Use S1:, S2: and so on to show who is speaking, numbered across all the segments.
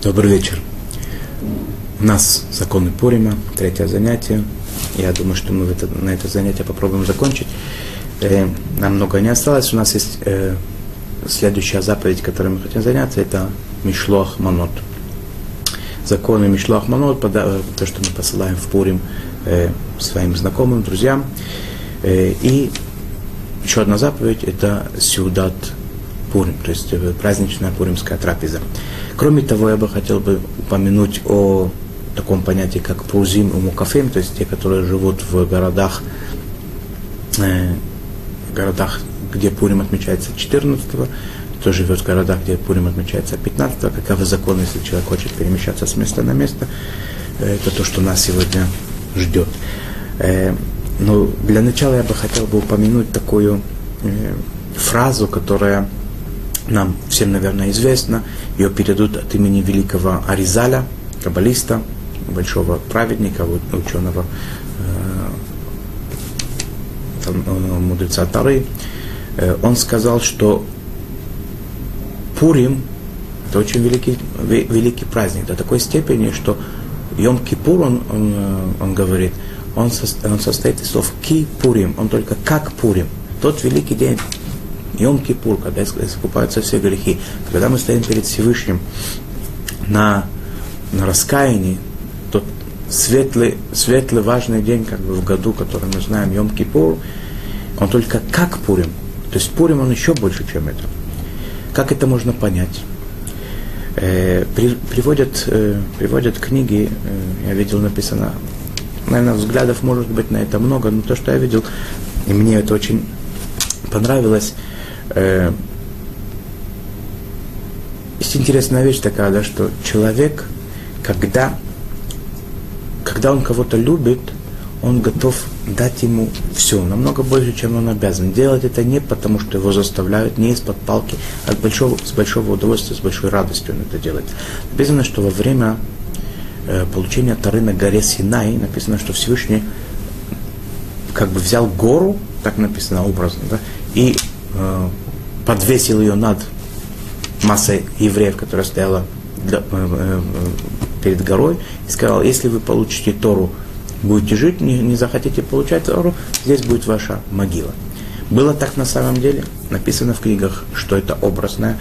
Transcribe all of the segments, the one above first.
S1: Добрый вечер. У нас законы Пурима, третье занятие. Я думаю, что мы на это занятие попробуем закончить. Нам много не осталось. У нас есть следующая заповедь, которой мы хотим заняться, это Мишлох Манот. Законы Мишлох Манот, то, что мы посылаем в Пурим своим знакомым, друзьям. И еще одна заповедь, это Сеудат Пурим, то есть праздничная пуримская трапеза. Кроме того, я бы хотел упомянуть о таком понятии, как Пурзим и Мукафим, то есть те, которые живут в городах, где Пурим отмечается 14-го, кто живет в городах, где Пурим отмечается 15-го, каковы законы, если человек хочет перемещаться с места на место. Это то, что нас сегодня ждет. Но для начала я бы хотел упомянуть такую фразу, которая нам всем, наверное, известна. Ее передают от имени великого Аризаля, каббалиста, большого праведника, ученого, мудреца Тары. Он сказал, что Пурим – это очень великий праздник, до такой степени, что Йом-Кипур, он говорит, он состоит из слов «ки-пурим», он только как Пурим. Тот великий день, Йом-Кипур, когда искупаются все грехи, когда мы стоим перед Всевышним на раскаянии, тот светлый, важный день как бы в году, который мы знаем, Йом-Кипур, он только как Пурим. То есть Пурим, он еще больше, чем это. Как это можно понять? Приводят книги, я видел написано, наверное, взглядов может быть на это много, но то, что я видел, и мне это очень понравилось. Есть интересная вещь такая, да, что человек, когда он кого-то любит, он готов дать ему все, намного больше, чем он обязан. Делать это не потому, что его заставляют, не из-под палки, а с большого удовольствия, с большой радостью он это делает. Написано, что во время получения Тары на горе Синай, написано, что Всевышний как бы взял гору, так написано образно, да, и подвесил ее над массой евреев, которая стояла перед горой, и сказал: если вы получите Тору, будете жить, не захотите получать Тору, здесь будет ваша могила. Было так на самом деле? Написано в книгах, что это образная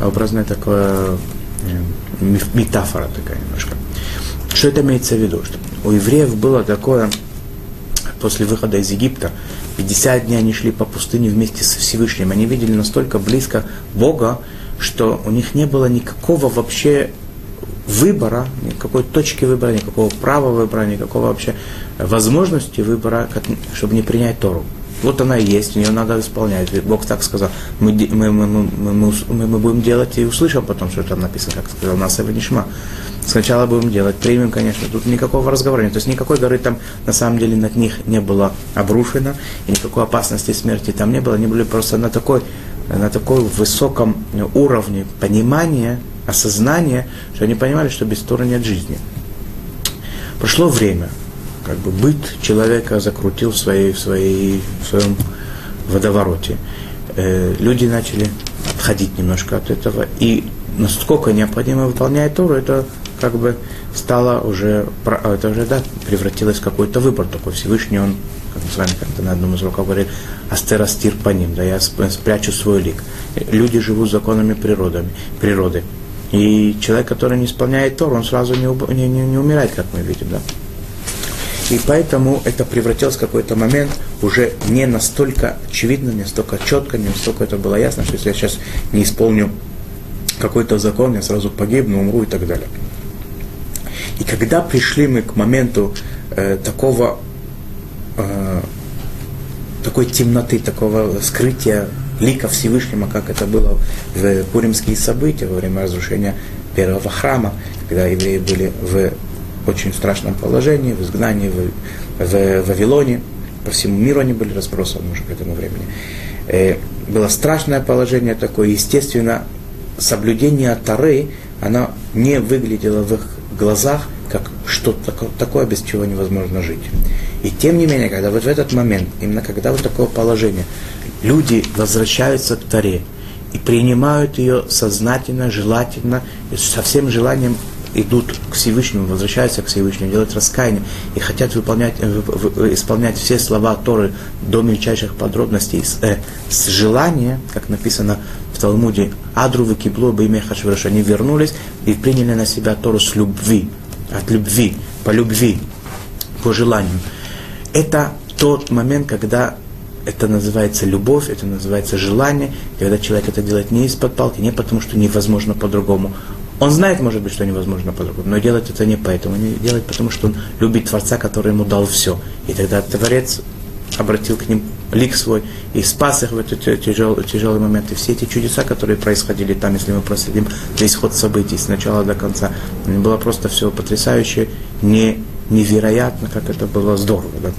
S1: такая метафора такая немножко. Что это имеется в виду? Что у евреев было такое, после выхода из Египта, 50 дней они шли по пустыне вместе со Всевышним. Они видели настолько близко Бога, что у них не было никакого вообще выбора, никакой точки выбора, никакого права выбора, никакого вообще возможности выбора, чтобы не принять Тору. Вот она и есть, ее надо исполнять. Ведь Бог так сказал, мы будем делать и услышим потом, что там написано, как сказал нас Нишма. Сначала будем делать, примем, конечно, тут никакого разговора нет. То есть никакой горы там на самом деле над них не было обрушено, и никакой опасности смерти там не было. Они были просто на такой высоком уровне понимания, осознания, что они понимали, что без Торы нет жизни. Прошло время, как бы быт человека закрутил в своем водовороте. Люди начали отходить немножко от этого, и насколько необходимо выполнять Тору, это как бы стало уже, превратилось в какой-то выбор такой. Всевышний, он, как мы с вами как-то на одном из уроков говорили, астерастир по ним, да, я спрячу свой лик. Люди живут законами природы. И человек, который не исполняет Тору, он сразу не умирает, как мы видим, да. И поэтому это превратилось в какой-то момент уже не настолько очевидно, не настолько четко, не настолько это было ясно, что если я сейчас не исполню какой-то закон, я сразу погибну, умру и так далее. И когда пришли мы к моменту такой темноты, такого скрытия лика Всевышнего, как это было в пуримские события во время разрушения первого храма, когда евреи были в очень страшном положении, в изгнании в Вавилоне, по всему миру они были разбросаны уже к этому времени. Было страшное положение такое, естественно, соблюдение Торы, оно не выглядело в их глазах как что-то такое, без чего невозможно жить. И тем не менее, когда вот в этот момент, именно когда вот такое положение, люди возвращаются к Торе, и принимают ее сознательно, желательно, и со всем желанием идут к Всевышнему, возвращаются к Всевышнему, делают раскаяние и хотят исполнять все слова Торы до мельчайших подробностей с желания, как написано в Талмуде, «Адру векибло бейме Ахашвирош», они вернулись и приняли на себя Тору с любви, от любви, по желанию. Это тот момент, когда это называется любовь, это называется желание, когда человек это делает не из-под палки, не потому, что невозможно по-другому. Он знает, может быть, что невозможно по-другому, но делает это не поэтому, он делает потому, что он любит Творца, который ему дал все. И тогда Творец обратил к ним лик свой и спас их в этот тяжелый момент. И все эти чудеса, которые происходили там, если мы проследим весь ход событий с начала до конца, было просто все потрясающе, невероятно, как это было здорово. Да?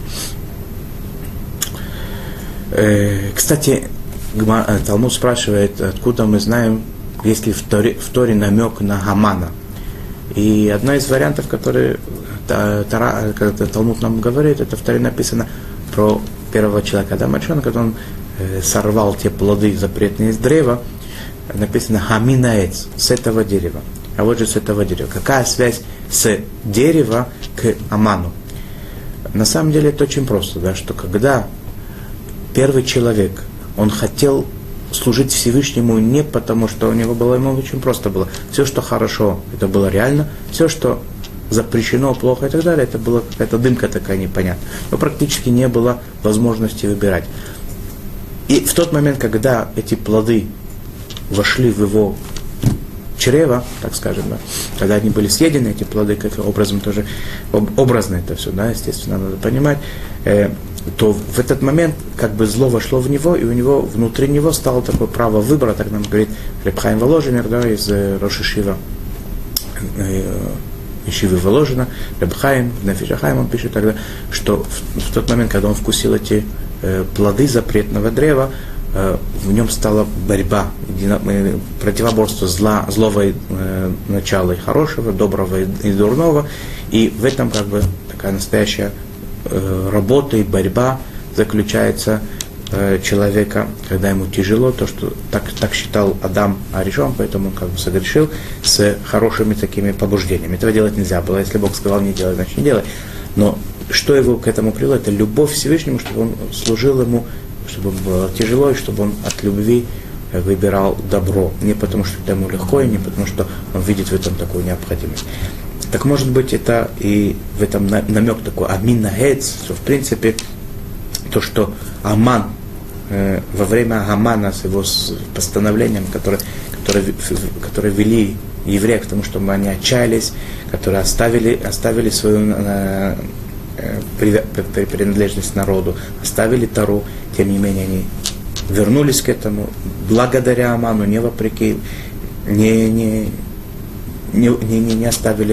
S1: Кстати, Талмуд спрашивает, откуда мы знаем, есть ли в Торе намек на Гамана. И одно из вариантов, которые Талмуд нам говорит, это в Торе написано про первого человека Адама Ришона, когда он сорвал те плоды запретные из древа, написано «Хаминаэц», с этого дерева. А вот же с этого дерева. Какая связь с дерева к Аману? На самом деле это очень просто, да, что когда первый человек, он хотел служить Всевышнему не потому, что у него было, ему очень просто было. Все, что хорошо, это было реально. Все, что запрещено, плохо и так далее, это была какая-то дымка такая непонятная. Но практически не было возможности выбирать. И в тот момент, когда эти плоды вошли в его чрево, так скажем, да, когда они были съедены, эти плоды, как образом тоже, образно это все, да, естественно, надо понимать, то в этот момент как бы зло вошло в него, и у него, внутри него стало такое право выбора, так нам говорит Реб Хаим Воложенер, да, из Рош Ешива, Ешивы Воложена, Реб Хаим, в Нефеш ха-Хаим он пишет тогда, что в тот момент, когда он вкусил эти плоды запретного древа, в нем стала борьба, противоборство злого начала и хорошего, доброго и дурного, и в этом как бы такая настоящая работа и борьба заключается человека, когда ему тяжело, то, что так считал Адам Аришон, поэтому он как бы согрешил с хорошими такими побуждениями. Этого делать нельзя было. Если Бог сказал не делай, значит не делай. Но что его к этому привело? Это любовь к Всевышнему, чтобы он служил ему, чтобы ему было тяжело, и чтобы он от любви выбирал добро. Не потому, что это ему легко, и не потому, что он видит в этом такую необходимость. Так может быть это и в этом намек такой Амин Нагец, что в принципе то, что Аман во время Амана с его постановлением, которые вели евреев к тому, чтобы они отчаялись, которые оставили свою принадлежность народу, оставили Тору, тем не менее они вернулись к этому благодаря Аману, не вопреки, не оставили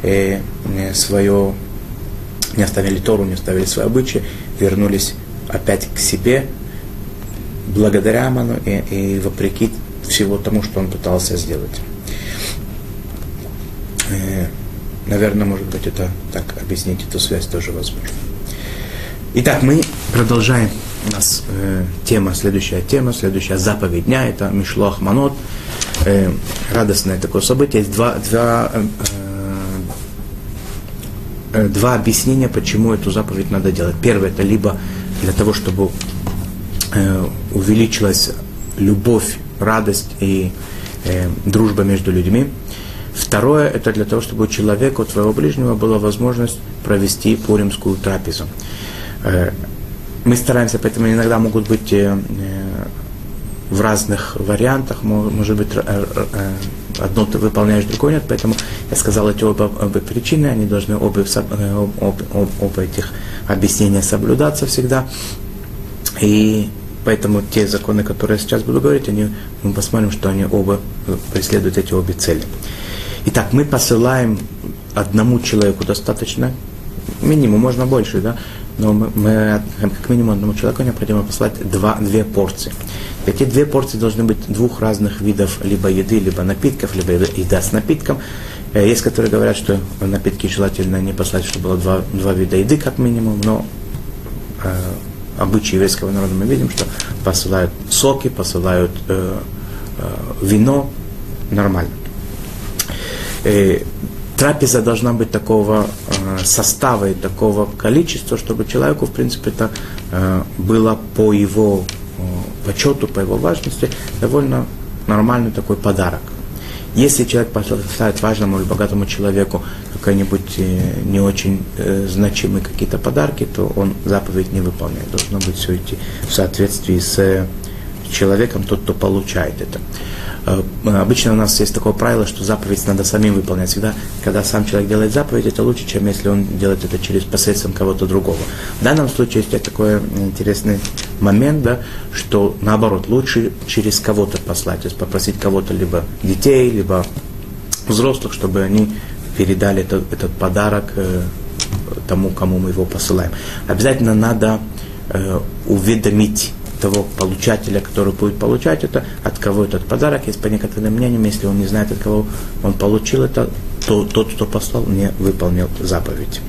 S1: не оставили Тору, не оставили свои обычаи, вернулись опять к себе благодаря Аману и вопреки всего тому, что он пытался сделать. Наверное, может быть, это так объяснить эту связь тоже возможно. Итак, мы продолжаем. У нас следующая заповедь дня, это Мишлох Манот. Радостное такое событие. Есть два объяснения, почему эту заповедь надо делать. Первое, это либо для того, чтобы увеличилась любовь, радость и дружба между людьми. Второе, это для того, чтобы у человека, у твоего ближнего была возможность провести пуримскую трапезу. Мы стараемся, поэтому иногда могут быть в разных вариантах, может быть, одно ты выполняешь, другое нет, поэтому я сказал эти оба причины, они должны оба этих объяснения соблюдаться всегда, и поэтому те законы, которые я сейчас буду говорить, мы посмотрим, что они оба преследуют эти обе цели. Итак, мы посылаем одному человеку достаточно, минимум, можно больше, да, но мы как минимум одному человеку необходимо послать две порции. Эти две порции должны быть двух разных видов либо еды, либо напитков, либо еда с напитком. Есть, которые говорят, что напитки желательно не послать, чтобы было два вида еды как минимум, но обычаи еврейского народа мы видим, что посылают соки, посылают вино, нормально. Трапеза должна быть такого состава и такого количества, чтобы человеку, в принципе, это было по его почету, по его важности, довольно нормальный такой подарок. Если человек поставит важному или богатому человеку какие-нибудь не очень значимые какие-то подарки, то он заповедь не выполняет. Должно быть все идти в соответствии с человеком, тот, кто получает это. Обычно у нас есть такое правило, что заповедь надо самим выполнять. Всегда, когда сам человек делает заповедь, это лучше, чем если он делает это через посредством кого-то другого. В данном случае есть такой интересный момент, да, что наоборот, лучше через кого-то послать, то есть попросить кого-то, либо детей, либо взрослых, чтобы они передали этот подарок тому, кому мы его посылаем. Обязательно надо уведомить того получателя, который будет получать это, от кого этот подарок. Есть по некоторым мнениям, если он не знает, от кого он получил это, то тот, кто послал, не выполнил заповедь.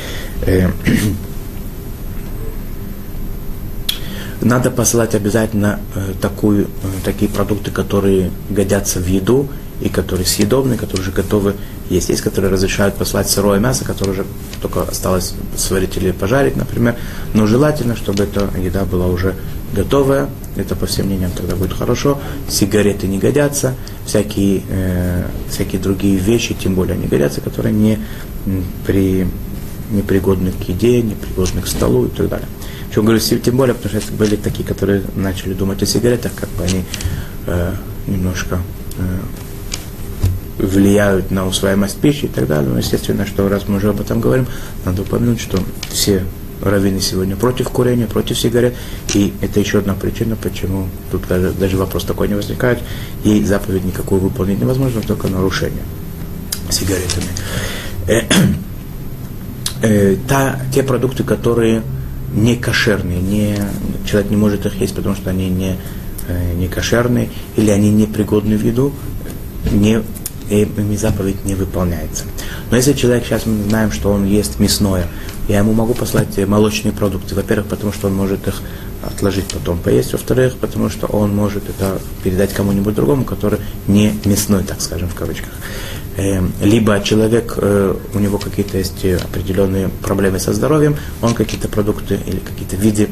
S1: Надо посылать обязательно такие продукты, которые годятся в еду и которые съедобны, которые уже готовы есть. Есть, которые разрешают послать сырое мясо, которое уже только осталось сварить или пожарить, например. Но желательно, чтобы эта еда была уже готовая. Это, по всем мнениям, тогда будет хорошо. Сигареты не годятся, всякие другие вещи, тем более не годятся, которые не пригодны к еде, не пригодны к столу и так далее. Почему говорю тем более, потому что были такие, которые начали думать о сигаретах, как бы они немножко влияют на усвояемость пищи и так далее. Но естественно, что раз мы уже об этом говорим, надо упомянуть, что все раввины сегодня против курения, против сигарет. И это еще одна причина, почему тут даже вопрос такой не возникает. Ей заповедь никакую выполнить невозможно, только нарушение сигаретами. Те продукты, которые не кошерные, человек не может их есть, потому что они не кошерные, или они не пригодны в еду, ими заповедь не выполняется. Но если человек, сейчас мы знаем, что он ест мясное, я ему могу послать молочные продукты. Во-первых, потому что он может их отложить потом поесть. Во-вторых, потому что он может это передать кому-нибудь другому, который не мясной, так скажем, в кавычках. Либо человек, у него какие-то есть определенные проблемы со здоровьем, он какие-то продукты или какие-то виды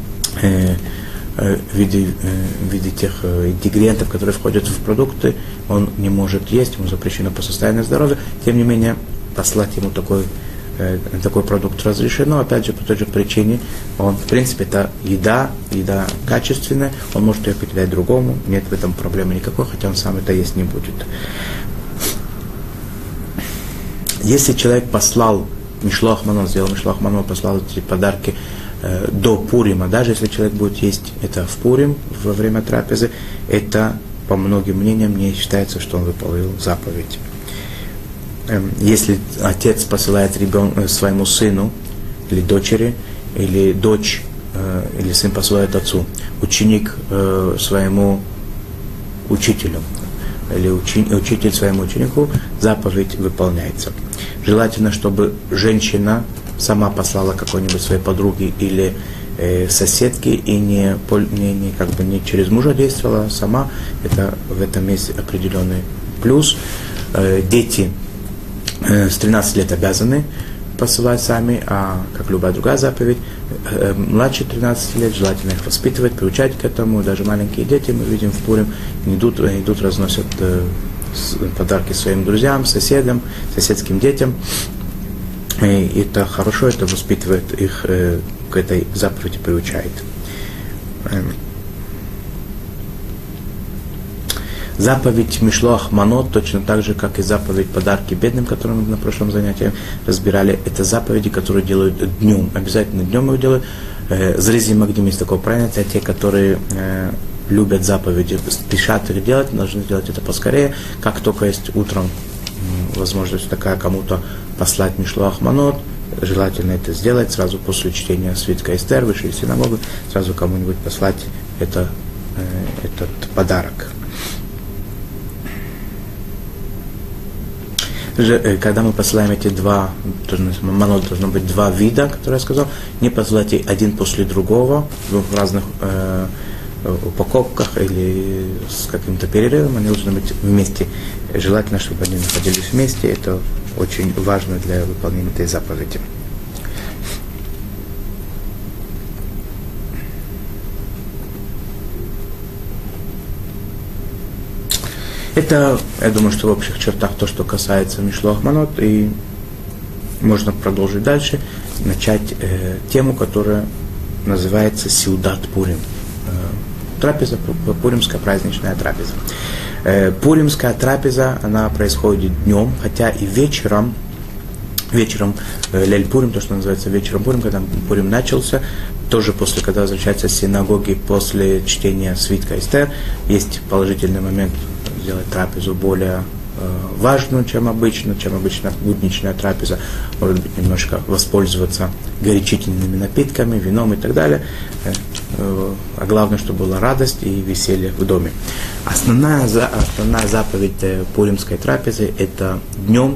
S1: тех ингредиентов, которые входят в продукты, он не может есть, ему запрещено по состоянию здоровья. Тем не менее, послать ему такой продукт разрешено, опять же, по той же причине, он, в принципе, это еда качественная, он может ее передать другому, нет в этом проблемы никакой, хотя он сам это есть не будет. Если человек послал мишлох манот, сделал мишлох манот, послал эти подарки до Пурима, даже если человек будет есть это в Пурим, во время трапезы, это, по многим мнениям, не считается, что он выполнил заповедь. Если отец посылает своему сыну или дочери, или дочь, или сын посылает отцу, ученик своему учителю, или учитель своему ученику, заповедь выполняется. Желательно, чтобы женщина сама послала какой-нибудь своей подруге или соседке и не через мужа действовала, а сама. В этом есть определенный плюс. Дети с 13 лет обязаны посылать сами, а как любая другая заповедь, младше 13 лет желательно их воспитывать, приучать к этому. Даже маленькие дети, мы видим в Пурим, идут разносят подарки своим друзьям, соседям, соседским детям. И это хорошо, это воспитывает их к этой заповеди, приучает. Заповедь мишлох манот, точно так же, как и заповедь подарки бедным, которую мы на прошлом занятии разбирали, это заповеди, которые делают днем. Обязательно днем их делают. Зризи магдим есть такое понятие, те, которые любят заповеди, спешат их делать, должны сделать это поскорее. Как только есть утром возможность такая кому-то послать мишлох манот, желательно это сделать сразу после чтения свитка Эстер, вышли из синагоги, сразу кому-нибудь послать этот подарок. Когда мы посылаем эти манот, должно быть два вида, которые я сказал, не посылайте один после другого, в разных упаковках или с каким-то перерывом, они должны быть вместе. Желательно, чтобы они находились вместе, это очень важно для выполнения этой заповеди. Это, я думаю, что в общих чертах то, что касается Мишлох Манот, и можно продолжить дальше, начать тему, которая называется Сеудат Пурим. Трапеза, пуримская праздничная трапеза. Пуримская трапеза, она происходит днем, хотя и вечером Лель Пурим, то, что называется вечером Пурим, когда Пурим начался, тоже после, когда возвращается с синагоги, после чтения свитка Эстер, есть положительный момент сделать трапезу более важную, чем обычно будничная трапеза, может быть, немножко воспользоваться горячительными напитками, вином и так далее, а главное, чтобы была радость и веселье в доме. Основная заповедь пуримской трапезы – это днем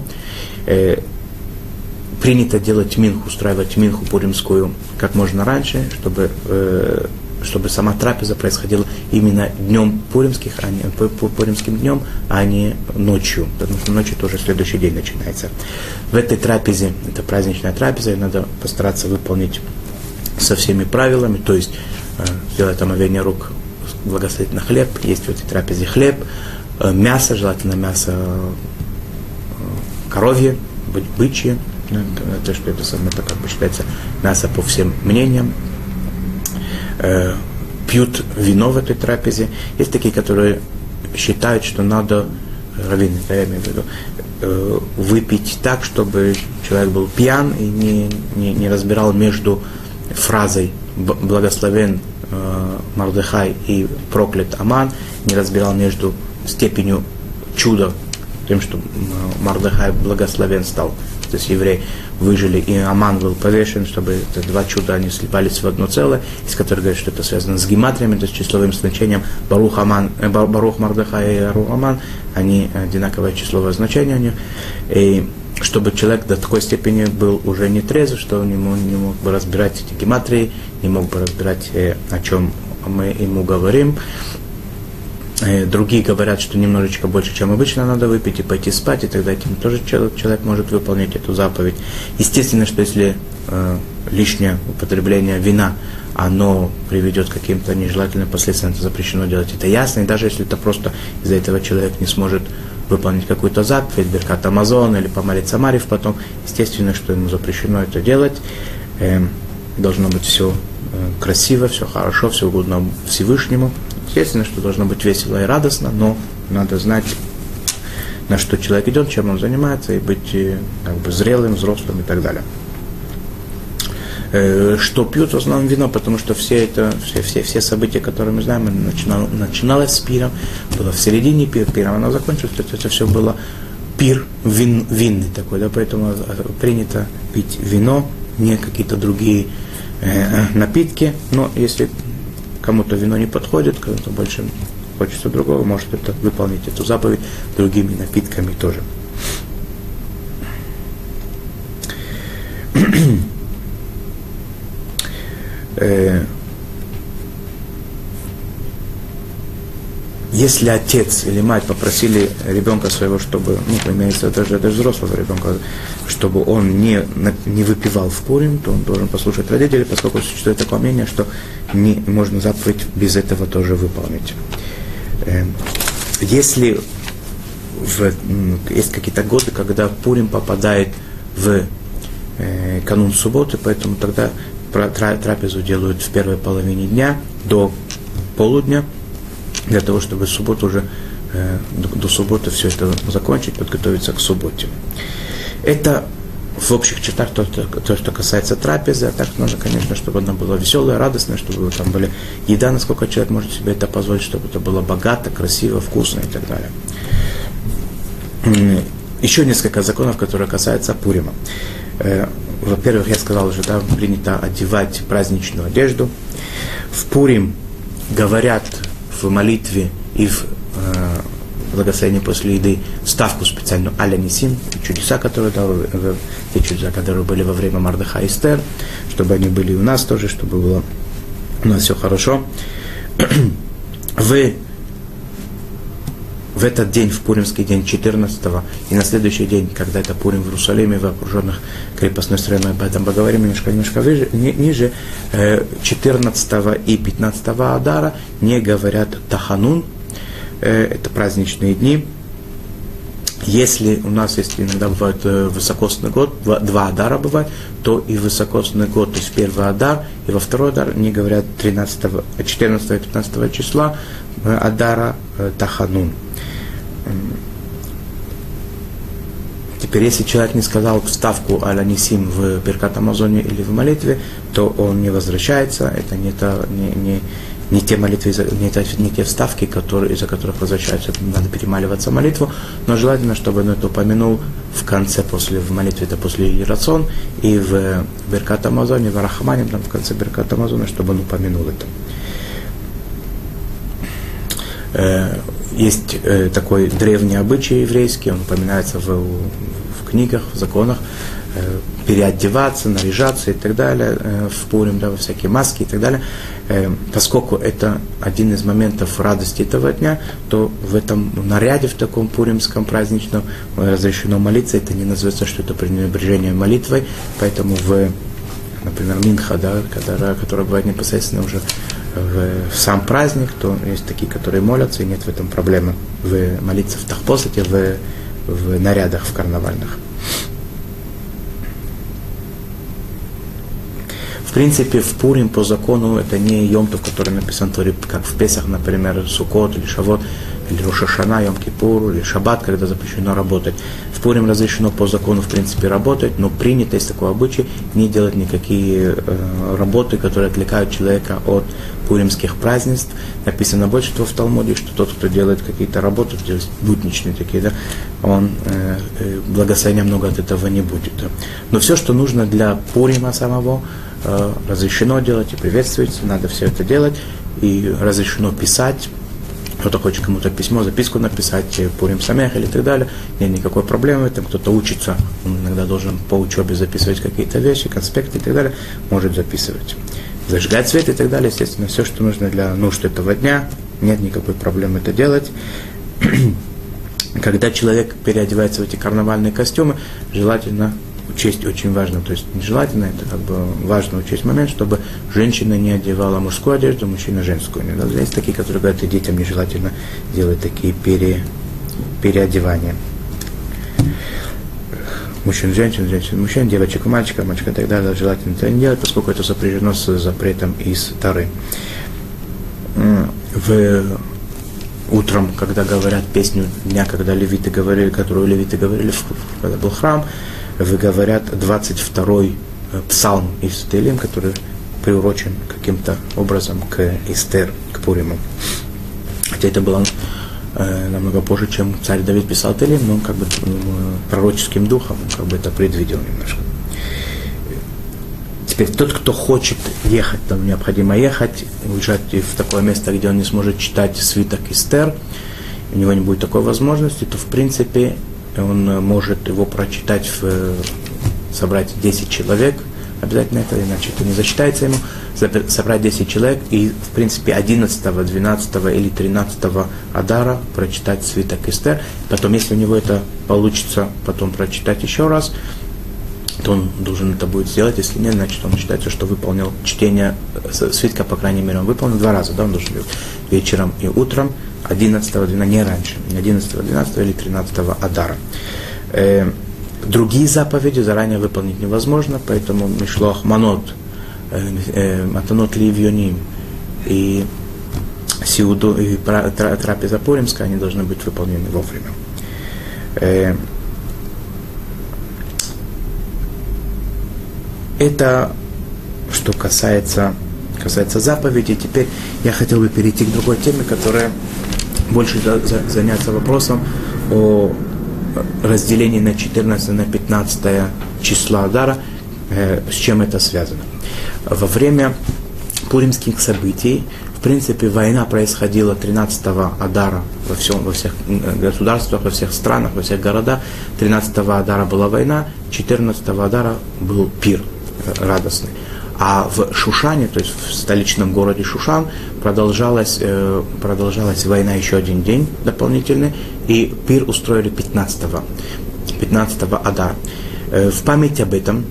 S1: принято делать минху, устраивать минху пуримскую как можно раньше, чтобы сама трапеза происходила именно днем пуримским днем, а не ночью, потому что ночью тоже следующий день начинается. В этой трапезе, это праздничная трапеза, ее надо постараться выполнить со всеми правилами, то есть делать омовение рук, благословить на хлеб, есть в этой трапезе хлеб, мясо, желательно мясо коровье, бычье, то, что это самое, как бы считается, мясо по всем мнениям. Пьют вино в этой трапезе. Есть такие, которые считают, что надо, раввины, я имею в виду, выпить так, чтобы человек был пьян и не разбирал между фразой «благословен Мордехай» и «проклят Аман», не разбирал между степенью чуда, тем, что Мордехай благословен стал, то есть евреи выжили, и Аман был повешен, чтобы это два чуда, они сливались в одно целое, из которых говорят, что это связано с гематриями, то есть числовым значением Барух Мордехай и Барух Аман, они одинаковое числовое значение у них, и чтобы человек до такой степени был уже не трезв, что он не мог бы разбирать эти гематрии, не мог бы разбирать, о чем мы ему говорим. Другие говорят, что немножечко больше, чем обычно, надо выпить и пойти спать, и тогда этим тоже человек может выполнить эту заповедь. Естественно, что если лишнее употребление вина, оно приведет к каким-то нежелательным последствиям, это запрещено делать, это ясно, и даже если это просто из-за этого человек не сможет выполнить какую-то заповедь, Беркат Амазон или помолиться Марив потом, естественно, что ему запрещено это делать. Должно быть все красиво, все хорошо, все угодно Всевышнему. Естественно, что должно быть весело и радостно, но надо знать, на что человек идет, чем он занимается, и быть как бы зрелым, взрослым и так далее. Что пьют в основном вино, потому что все события, которые мы знаем, начиналось с пиром, было в середине пира, оно закончилось, это все было пир винный такой, да, поэтому принято пить вино, не какие-то другие напитки, но если кому-то вино не подходит, кому-то больше хочется другого, может это выполнить эту заповедь другими напитками тоже. Если отец или мать попросили ребенка своего, чтобы, имеется даже взрослого ребенка, чтобы он не выпивал в Пурим, то он должен послушать родителей, поскольку существует такое мнение, что можно заповедь без этого тоже выполнить. Если есть какие-то годы, когда Пурим попадает в канун субботы, поэтому тогда трапезу делают в первой половине дня до полудня, для того, чтобы до субботы все это закончить, подготовиться к субботе. Это в общих чертах то, что касается трапезы, а так нужно, конечно, чтобы она была веселая, радостная, чтобы там была еда, насколько человек может себе это позволить, чтобы это было богато, красиво, вкусно и так далее. Еще несколько законов, которые касаются Пурима. Во-первых, я сказал уже, да, принято одевать праздничную одежду. В Пурим говорят в молитве и в благословении после еды вставку специальную «Аля Нисим», чудеса, те чудеса, которые были во время Мордеха и Эстер, чтобы они были и у нас тоже, чтобы было у нас все хорошо. в этот день, в Пуримский день 14-го, и на следующий день, когда это Пурим в Иерусалиме, в окруженных крепостной стороной, об этом поговорим немножко ниже, 14 и 15 Адара не говорят Таханун, это праздничные дни. Если у нас, если иногда бывает высокосный год, 2 Адара бывает, то и высокосный год, то есть первый Адар, и во второй Адар не говорят 14 и 15 числа Адара Таханун. Теперь, если человек не сказал вставку Аля Нисим в Беркат Амазоне или в молитве, то он не возвращается, это не те молитвы, не те вставки, из-за которых возвращаются, надо перемаливаться молитву, но желательно, чтобы он это упомянул в конце, в молитве, это после Рацон, и в Беркат Амазоне, в Рахмане, там в конце Беркат Амазона, чтобы он упомянул это. Есть такой древний обычай еврейский, он упоминается в книгах, в законах, переодеваться, наряжаться и так далее, в Пурим, да, во всякие маски и так далее. Поскольку это один из моментов радости этого дня, то в этом наряде, в таком пуримском праздничном, разрешено молиться. Это не называется, что это пренебрежение молитвой, поэтому например, Минха, да, которая бывает непосредственно уже в сам праздник, то есть такие, которые молятся, и нет в этом проблемы молиться в тахпосате, в нарядах, в карнавальных. В принципе, в Пурим по закону это не Йом-Тов, который написан в Торе, как в Песах, например, Суккот или Шавот, или Рош ха-Шана, Йом-Кипур, или Шаббат, когда запрещено работать. В Пурим разрешено по закону, в принципе, работать, но принято, есть такой обычай, не делать никакие работы, которые отвлекают человека от пуримских празднеств. Написано больше того в Талмуде, что тот, кто делает какие-то работы, будничные такие, да, он благословения много от этого не будет. Да. Но все, что нужно для Пурима самого, разрешено делать и приветствуется, надо все это делать, и разрешено писать. Кто-то хочет кому-то письмо, записку написать, Пурим Самех или так далее, нет никакой проблемы в этом. Кто-то учится, он иногда должен по учебе записывать какие-то вещи, конспекты и так далее, может записывать. Зажигать свет и так далее, естественно, все, что нужно для нужд этого дня, нет никакой проблемы это делать. Когда человек переодевается в эти карнавальные костюмы, желательно учесть очень важно, то есть нежелательно, это как бы важно учесть момент, чтобы женщина не одевала мужскую одежду, мужчина женскую. Есть такие, которые говорят, и детям нежелательно делать такие переодевания. Мужчин, женщин, мужчин, девочек, мальчика и так далее, желательно это не делать, поскольку это сопряжено с запретом из Торы. Утром, когда говорят песню дня, когда левиты говорили, которую левиты говорили, когда был храм, говорят 22-й псалм из Теилим, который приурочен каким-то образом к Эстер, к Пуриму. Хотя это было намного позже, чем царь Давид писал Теилим, но он как бы пророческим духом, он как бы это предвидел немножко. Теперь тот, кто хочет ехать, там необходимо ехать, уезжать в такое место, где он не сможет читать свиток Эстер, у него не будет такой возможности, то в принципе он может его прочитать, собрать 10 человек, обязательно это, иначе это не засчитается ему, собрать 10 человек и, в принципе, 11, 12 или 13 Адара прочитать свиток Эстер. Потом, если у него это получится, потом прочитать еще раз, то он должен это будет сделать. Если нет, значит, он считается, что выполнил чтение свитка, по крайней мере, он выполнил 2 раза, да, он должен делать вечером и утром, 11, 12, не раньше, 11, 12 или 13 Адара. Другие заповеди заранее выполнить невозможно, поэтому Мишлох Манот, Матанот Ливьоним и Сиуду и трапеза Пуримская, они должны быть выполнены вовремя. Это что касается заповедей. Теперь я хотел бы перейти к другой теме, которая больше заняться вопросом о разделении на 14 на 15 числа Адара, с чем это связано. Во время пуримских событий, в принципе, война происходила 13 Адара во всех государствах, во всех странах, во всех городах. 13 Адара была война, 14 Адара был пир радостный. А в Шушане, то есть в столичном городе Шушан, продолжалась война еще один день дополнительный, и пир устроили 15-го Адара. В память об этом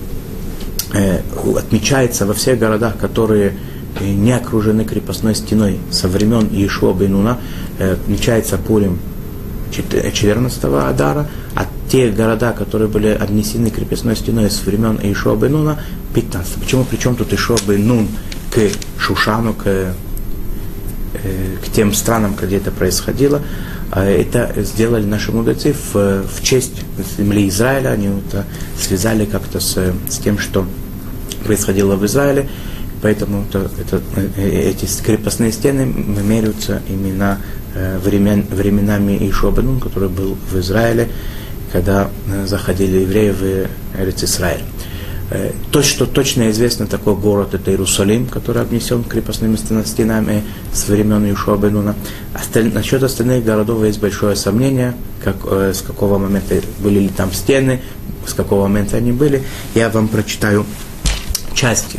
S1: отмечается во всех городах, которые не окружены крепостной стеной со времен Иешуа бен Нуна, отмечается Пурим 14-го Адара, а те города, которые были обнесены крепостной стеной с времен Иешуа бен Нуна, 15-го. Почему? Причем тут Иешуа бен Нун к Шушану, к тем странам, где это происходило? Это сделали наши мудрецы в честь земли Израиля. Они это связали как-то с тем, что происходило в Израиле. Поэтому эти крепостные стены меряются именно временами Иешуа бен Нун, который был в Израиле, когда заходили евреи в Эрец-Исраиль. То, что точно известно, такой город, это Иерусалим, который обнесен крепостными стенами с времен Иешуа бен Нуна. Насчет остальных городов есть большое сомнение, с какого момента были ли там стены, с какого момента они были. Я вам прочитаю часть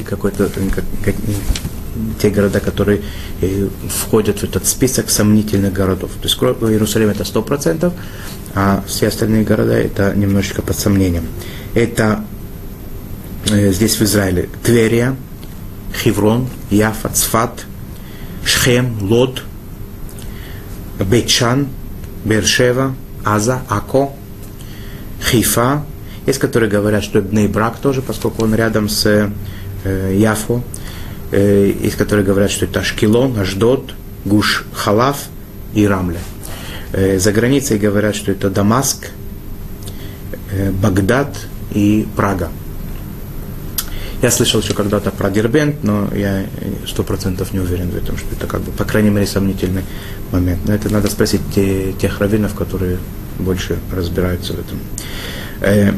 S1: те города, которые входят в этот список сомнительных городов. То есть Иерусалим это 100%, а все остальные города это немножечко под сомнением. Это здесь в Израиле Тверия, Хеврон, Яфа, Цфат, Шхем, Лод, Бейт-Шан, Беэр-Шева, Аза, Ако, Хейфа. Есть, которые говорят, что Бней-Брак тоже, поскольку он рядом с Яфо. Есть, которые говорят, что это Ашкелон, Ашдод, Гуш-Халав и Рамля. За границей говорят, что это Дамаск, Багдад и Прага. Я слышал еще когда-то про Дербент, но я 100% не уверен в этом, что это по крайней мере, сомнительный момент. Но это надо спросить тех раввинов, которые больше разбираются в этом.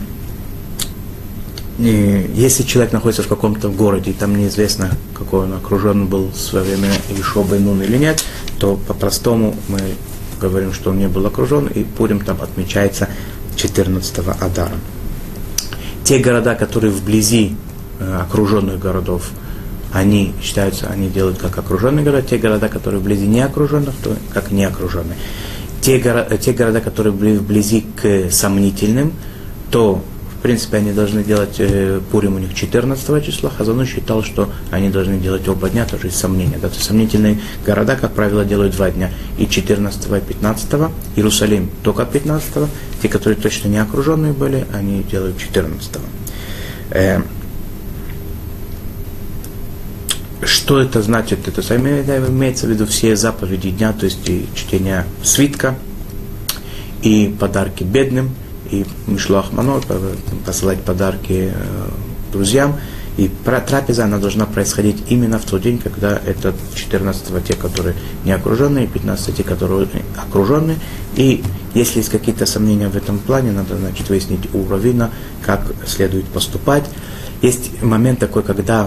S1: Если человек находится в каком-то городе, и там неизвестно, какой он окружен был в свое время Иешуа бен Нун или нет, то по-простому мы говорим, что он не был окружен, и Пурим там отмечается 14-го Адара. Те города, которые вблизи окруженных городов, они считаются, они делают как окруженные города. Те города, которые вблизи не окруженных, то как не окруженные. Те города, которые вблизи к сомнительным, то в принципе они должны делать Пурим у них 14 числа. Хазану считал, что они должны делать оба дня, тоже из сомнения. Да? То есть сомнительные города, как правило, делают 2 дня, и 14 и 15. Иерусалим только 15. Те, которые точно не окруженные были, они делают 14. Что это значит? Это имеется в виду все заповеди дня, то есть и чтение свитка, и подарки бедным, и мишлах манот, посылать подарки друзьям. И трапеза, она должна происходить именно в тот день, когда это 14-го те, которые не окруженные, и 15-го те, которые окруженные. И если есть какие-то сомнения в этом плане, надо, значит, выяснить у раввина, как следует поступать. Есть момент такой, когда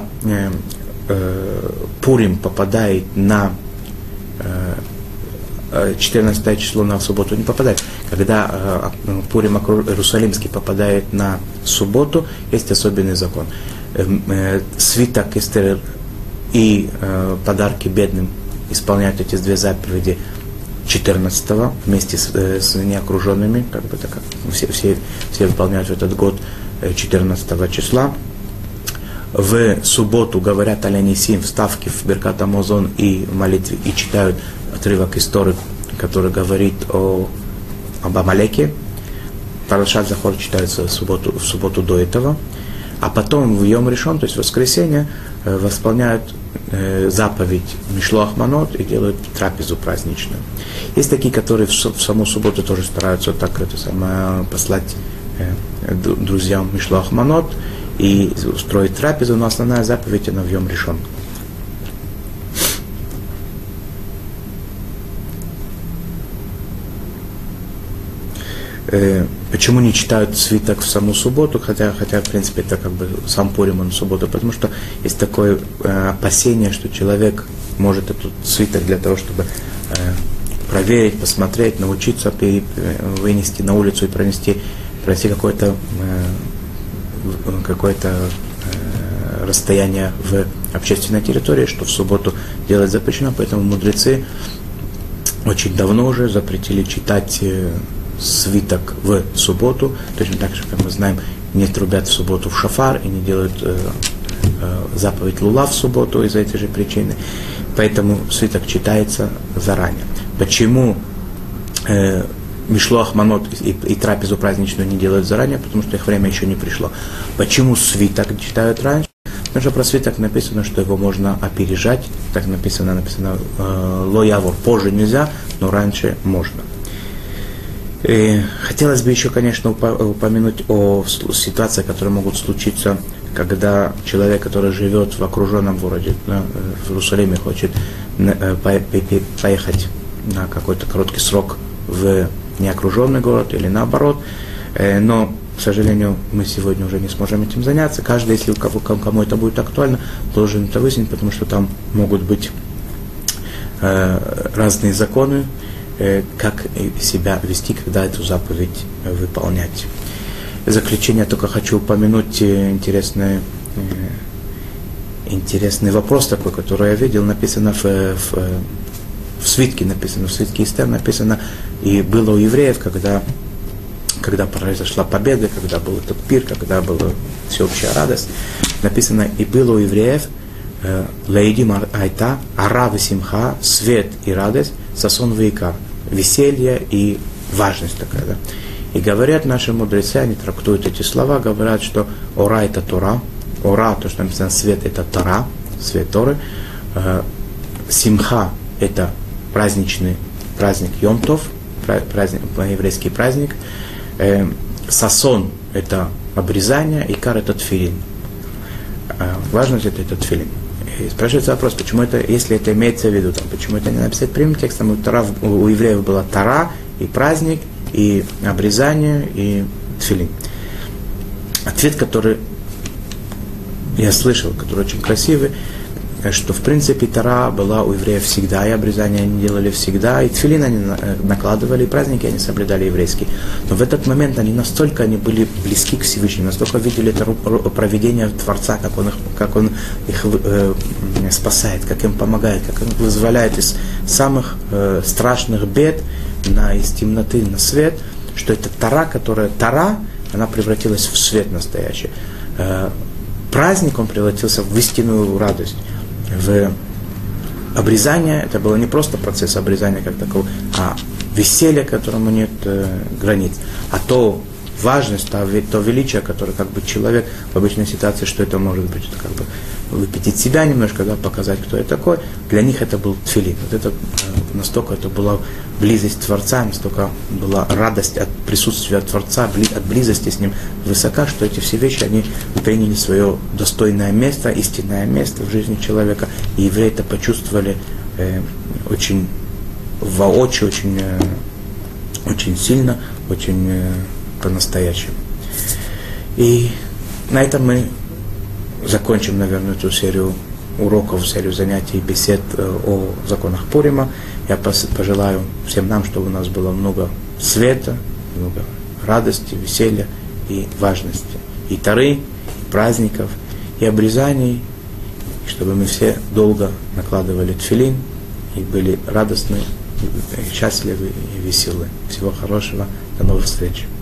S1: Пурим попадает на 14 число на субботу не попадает. Когда Пурим Иерусалимский попадает на субботу, есть особенный закон. Свиток Эстер и подарки бедным исполняют эти 2 заповеди 14-го вместе с неокруженными, все выполняют в этот год 14 числа. В субботу говорят Аль-Анисим, вставки в Беркат Амазон и в молитве, и читают отрывок из Торы, который говорит об Амалеке. Парашат Захор читается в субботу до этого. А потом в Йом Ришон, то есть в воскресенье, восполняют заповедь Мишлах Манот и делают трапезу праздничную. Есть такие, которые в саму субботу тоже стараются так послать друзьям Мишлах Манот и устроить трапезу, но основная заповедь она в Йом Ришон. Почему не читают свиток в саму субботу, хотя в принципе это сам Пурим он в субботу, потому что есть такое опасение, что человек может этот свиток для того, чтобы проверить, посмотреть, научиться вынести на улицу и пронести какое-то расстояние в общественной территории, что в субботу делать запрещено, поэтому мудрецы очень давно уже запретили читать свиток в субботу, точно так же, как мы знаем, не трубят в субботу в шафар и не делают заповедь лула в субботу из-за этой же причины, поэтому свиток читается заранее. Почему мишлоах манот и трапезу праздничную не делают заранее? Потому что их время еще не пришло. Почему свиток читают раньше? Потому что про свиток написано, что его можно опережать. Так написано ло явор, позже нельзя, но раньше можно. И хотелось бы еще, конечно, упомянуть о ситуациях, которые могут случиться, когда человек, который живет в окруженном городе, в Иерусалиме, хочет поехать на какой-то короткий срок в неокруженный город или наоборот, но, к сожалению, мы сегодня уже не сможем этим заняться. Каждый, если кому это будет актуально, должен это выяснить, потому что там могут быть разные законы, как себя вести, когда эту заповедь выполнять. В заключение только хочу упомянуть интересный вопрос такой, который я видел, написано в свитке, в свитке Эстер написано, и было у евреев, когда произошла победа, когда был этот пир, когда была всеобщая радость, написано, и было у евреев лаидим айта, ара весимха, свет и радость, сасон вейкар, веселье и важность такая, да. И говорят наши мудрецы, они трактуют эти слова, говорят, что ора это Тора, ора, то, что написано свет, это Тора, свет Торы, симха это праздничный праздник Йом-Тов, еврейский праздник, сасон это обрезание, икар это тфилин. Важность это тфилин. И спрашивается вопрос, почему это, если это имеется в виду, почему это не написать прямым текстом, у евреев была Тора и праздник, и обрезание, и тфилин. Ответ, который я слышал, который очень красивый, что в принципе Тора была у евреев всегда, и обрезание они делали всегда, и тфилин они накладывали, и праздники они соблюдали еврейские. Но в этот момент они были близки к Всевышнему, настолько видели это провидение Творца, как он их спасает, как им помогает, как он вызволяет из самых страшных бед, из темноты на свет, что это Тора, она превратилась в свет настоящий. Праздник, он превратился в истинную радость. В обрезание, это было не просто процесс обрезания как такого, а веселье, которому нет границ. А то важность, то величие, которое как бы человек в обычной ситуации, что это может быть, это как бы выпятить себя немножко, да, показать, кто я такой. Для них это был тфилин. Вот это, настолько это была близость Творца, настолько была радость от присутствия Творца, от близости с Ним высока, что эти все вещи, они приняли свое достойное место, истинное место в жизни человека. И евреи это почувствовали очень воочию, очень сильно, очень по-настоящему. И на этом мы закончим, наверное, эту серию уроков, серию занятий, бесед о законах Пурима. Я пожелаю всем нам, чтобы у нас было много света, много радости, веселья и важности, и Торы, и праздников, и обрезаний, и чтобы мы все долго накладывали тфилин и были радостны, и счастливы и веселы. Всего хорошего, до новых встреч.